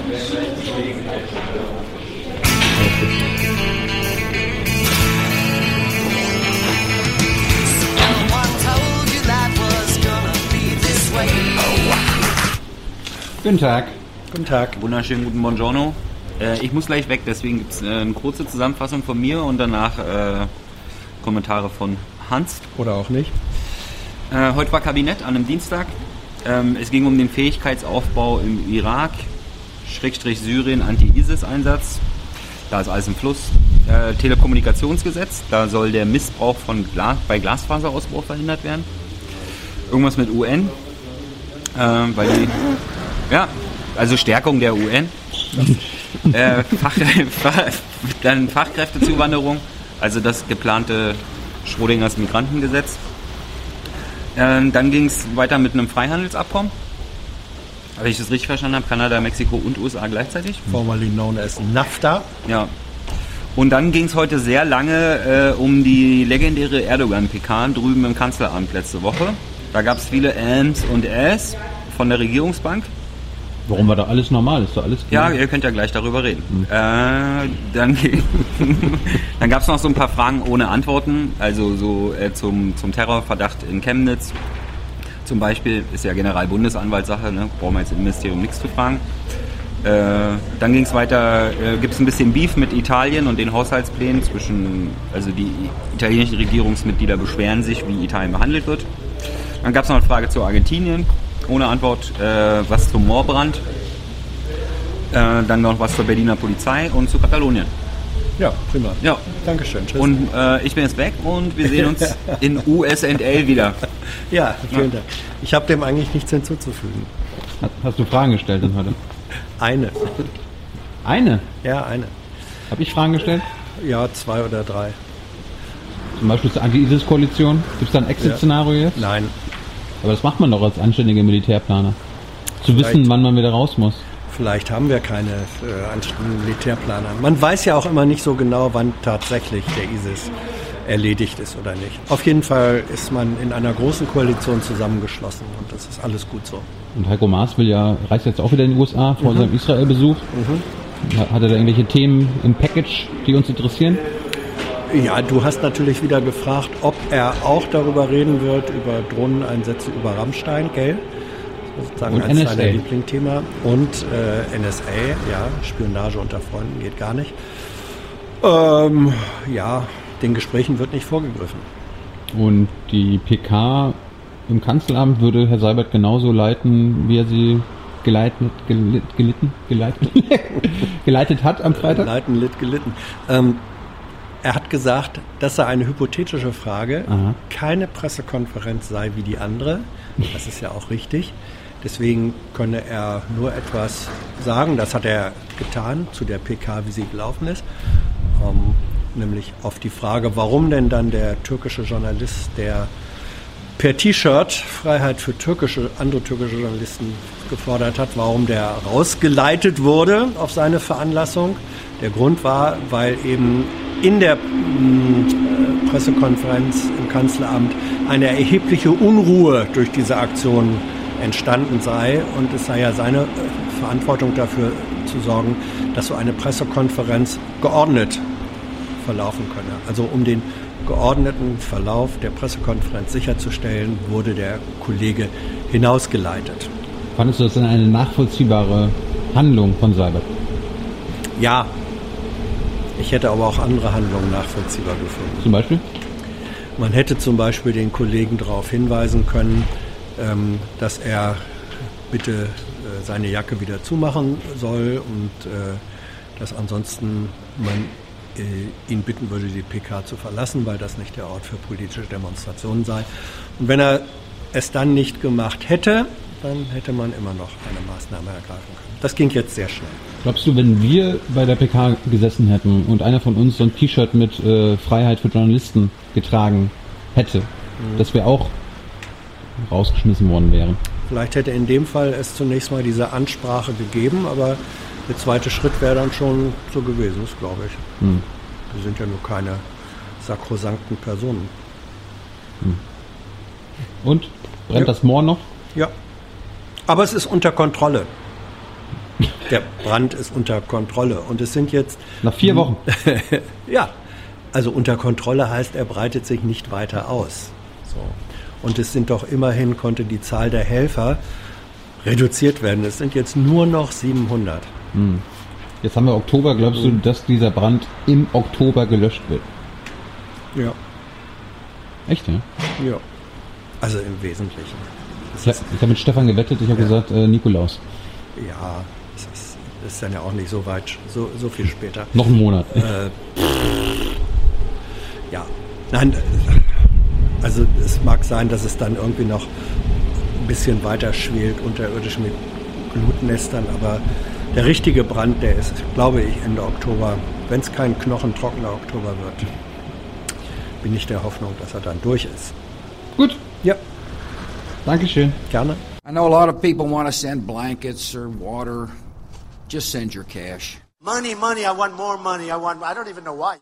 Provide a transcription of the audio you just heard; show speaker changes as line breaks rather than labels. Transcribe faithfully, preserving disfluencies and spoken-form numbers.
Guten Tag.
Guten Tag.
Wunderschönen guten Buongiorno. Äh, ich muss gleich weg, deswegen gibt es äh, eine kurze Zusammenfassung von mir und danach äh, Kommentare von Hans.
Oder auch nicht.
Äh, heute war Kabinett an einem Dienstag. Ähm, es ging um den Fähigkeitsaufbau im Irak, Schrägstrich Syrien, Anti-ISIS-Einsatz. Da ist alles im Fluss. Äh, Telekommunikationsgesetz, da soll der Missbrauch von Glas, bei Glasfaserausbau verhindert werden. Irgendwas mit U N, äh, weil die, ja, also Stärkung der U N. äh, Fach, dann Fachkräftezuwanderung, also das geplante Schrödingers Migrantengesetz. Äh, dann ging es weiter mit einem Freihandelsabkommen. Wenn ich das richtig verstanden habe, Kanada, Mexiko und U S A gleichzeitig.
Formerly known as NAFTA.
Ja. Und dann ging es heute sehr lange äh, um die legendäre Erdogan-P K drüben im Kanzleramt letzte Woche. Da gab es viele Ams und Äs von der Regierungsbank.
Warum war da alles normal? Ist doch alles gut?
Ja, ihr könnt ja gleich darüber reden. Hm. Äh, dann dann gab es noch so ein paar Fragen ohne Antworten. Also so äh, zum, zum Terrorverdacht in Chemnitz. Zum Beispiel ist ja Generalbundesanwaltssache, ne? Brauchen wir jetzt im Ministerium nichts zu fragen. Äh, dann ging es weiter, äh, gibt es ein bisschen Beef mit Italien und den Haushaltsplänen zwischen, also die italienischen Regierungsmitglieder beschweren sich, wie Italien behandelt wird. Dann gab es noch eine Frage zu Argentinien, ohne Antwort, äh, was zum Moorbrand, äh, dann noch was zur Berliner Polizei und zu Katalonien.
Ja, prima.
Ja.
Dankeschön. Tschüss.
Und äh, ich bin jetzt weg und wir sehen uns in U S and L wieder.
Ja, vielen
Ja.
Dank. Ich habe dem eigentlich nichts hinzuzufügen.
Hast du Fragen gestellt dann heute?
Eine.
Eine?
Ja, eine.
Habe ich Fragen gestellt?
Ja, zwei oder drei.
Zum Beispiel zur Anti-ISIS-Koalition? Gibt es da ein Exit-Szenario jetzt?
Nein.
Aber das macht man doch als anständiger Militärplaner. Zu
Vielleicht.
wissen, wann man wieder raus muss.
Vielleicht haben wir keine äh, anständigen Militärplaner. Man weiß ja auch immer nicht so genau, wann tatsächlich der ISIS erledigt ist oder nicht. Auf jeden Fall ist man in einer großen Koalition zusammengeschlossen und das ist alles gut so.
Und Heiko Maas will ja, reist jetzt auch wieder in die U S A vor mhm. seinem Israel-Besuch. Mhm. Hat er da irgendwelche Themen im Package, die uns interessieren?
Ja, du hast natürlich wieder gefragt, ob er auch darüber reden wird, über Drohneneinsätze über Rammstein, gell? Sozusagen
und
eines
N S A.
seiner Lieblingsthema. Und äh, N S A, ja, Spionage unter Freunden geht gar nicht. Ähm, ja, den Gesprächen wird nicht vorgegriffen.
Und die P K im Kanzleramt würde Herr Seibert genauso leiten, wie er sie geleitet, gelit, gelitten, geleitet, geleitet hat am Freitag?
Leiten, lit, gelitten. Ähm, er hat gesagt, das sei eine hypothetische Frage,
Aha.
keine Pressekonferenz sei wie die andere. Das ist ja auch richtig. Deswegen könne er nur etwas sagen. Das hat er getan zu der P K, wie sie gelaufen ist. Ähm, nämlich auf die Frage, warum denn dann der türkische Journalist, der per T-Shirt Freiheit für türkische, andere türkische Journalisten gefordert hat, warum der rausgeleitet wurde auf seine Veranlassung. Der Grund war, weil eben in der mh, Pressekonferenz im Kanzleramt eine erhebliche Unruhe durch diese Aktion entstanden sei und es sei ja seine Verantwortung dafür zu sorgen, dass so eine Pressekonferenz geordnet verlaufen könne. Also um den geordneten Verlauf der Pressekonferenz sicherzustellen, wurde der Kollege hinausgeleitet.
Fandest du das denn eine nachvollziehbare Handlung von Seibert?
Ja, ich hätte aber auch andere Handlungen nachvollziehbar gefunden.
Zum Beispiel?
Man hätte zum Beispiel den Kollegen darauf hinweisen können, ähm, dass er bitte äh, seine Jacke wieder zumachen soll und äh, dass ansonsten man äh, ihn bitten würde, die P K zu verlassen, weil das nicht der Ort für politische Demonstrationen sei. Und wenn er es dann nicht gemacht hätte, dann hätte man immer noch eine Maßnahme ergreifen können. Das ging jetzt sehr schnell.
Glaubst du, wenn wir bei der P K gesessen hätten und einer von uns so ein T-Shirt mit äh, Freiheit für Journalisten getragen hätte, mhm. dass wir auch rausgeschmissen worden wären?
Vielleicht hätte in dem Fall es zunächst mal diese Ansprache gegeben, aber der zweite Schritt wäre dann schon so gewesen, das glaube ich. Mhm. Wir sind ja nur keine sakrosankten Personen.
Mhm. Und? Brennt
ja.
das Moor noch?
Ja. Aber es ist unter Kontrolle. Der Brand ist unter Kontrolle. Und es sind jetzt...
Nach vier Wochen?
Ja, also unter Kontrolle heißt, er breitet sich nicht weiter aus. So. Und es sind doch immerhin, konnte die Zahl der Helfer reduziert werden. Es sind jetzt nur noch siebenhundert.
Hm. Jetzt haben wir Oktober. Glaubst du, dass dieser Brand im Oktober gelöscht wird?
Ja.
Echt, ja?
Ja. Also im Wesentlichen.
Ich habe hab mit Stefan gewettet. Ich habe
Ja.
gesagt, äh, Nikolaus.
Ja, das ist, das ist dann ja auch nicht so weit, so, so viel später.
Noch einen Monat.
Äh, ja, nein, also es mag sein, dass es dann irgendwie noch ein bisschen weiter schwelt unterirdisch mit Glutnestern, aber der richtige Brand, der ist, glaube ich, Ende Oktober, wenn es kein knochentrockener Oktober wird, bin ich der Hoffnung, dass er dann durch ist.
Gut,
Ja,
Dankeschön.
gerne.
I know a lot of people want to send blankets or water. Just send your cash.
Money, money, I want more money. I want, I don't even know why.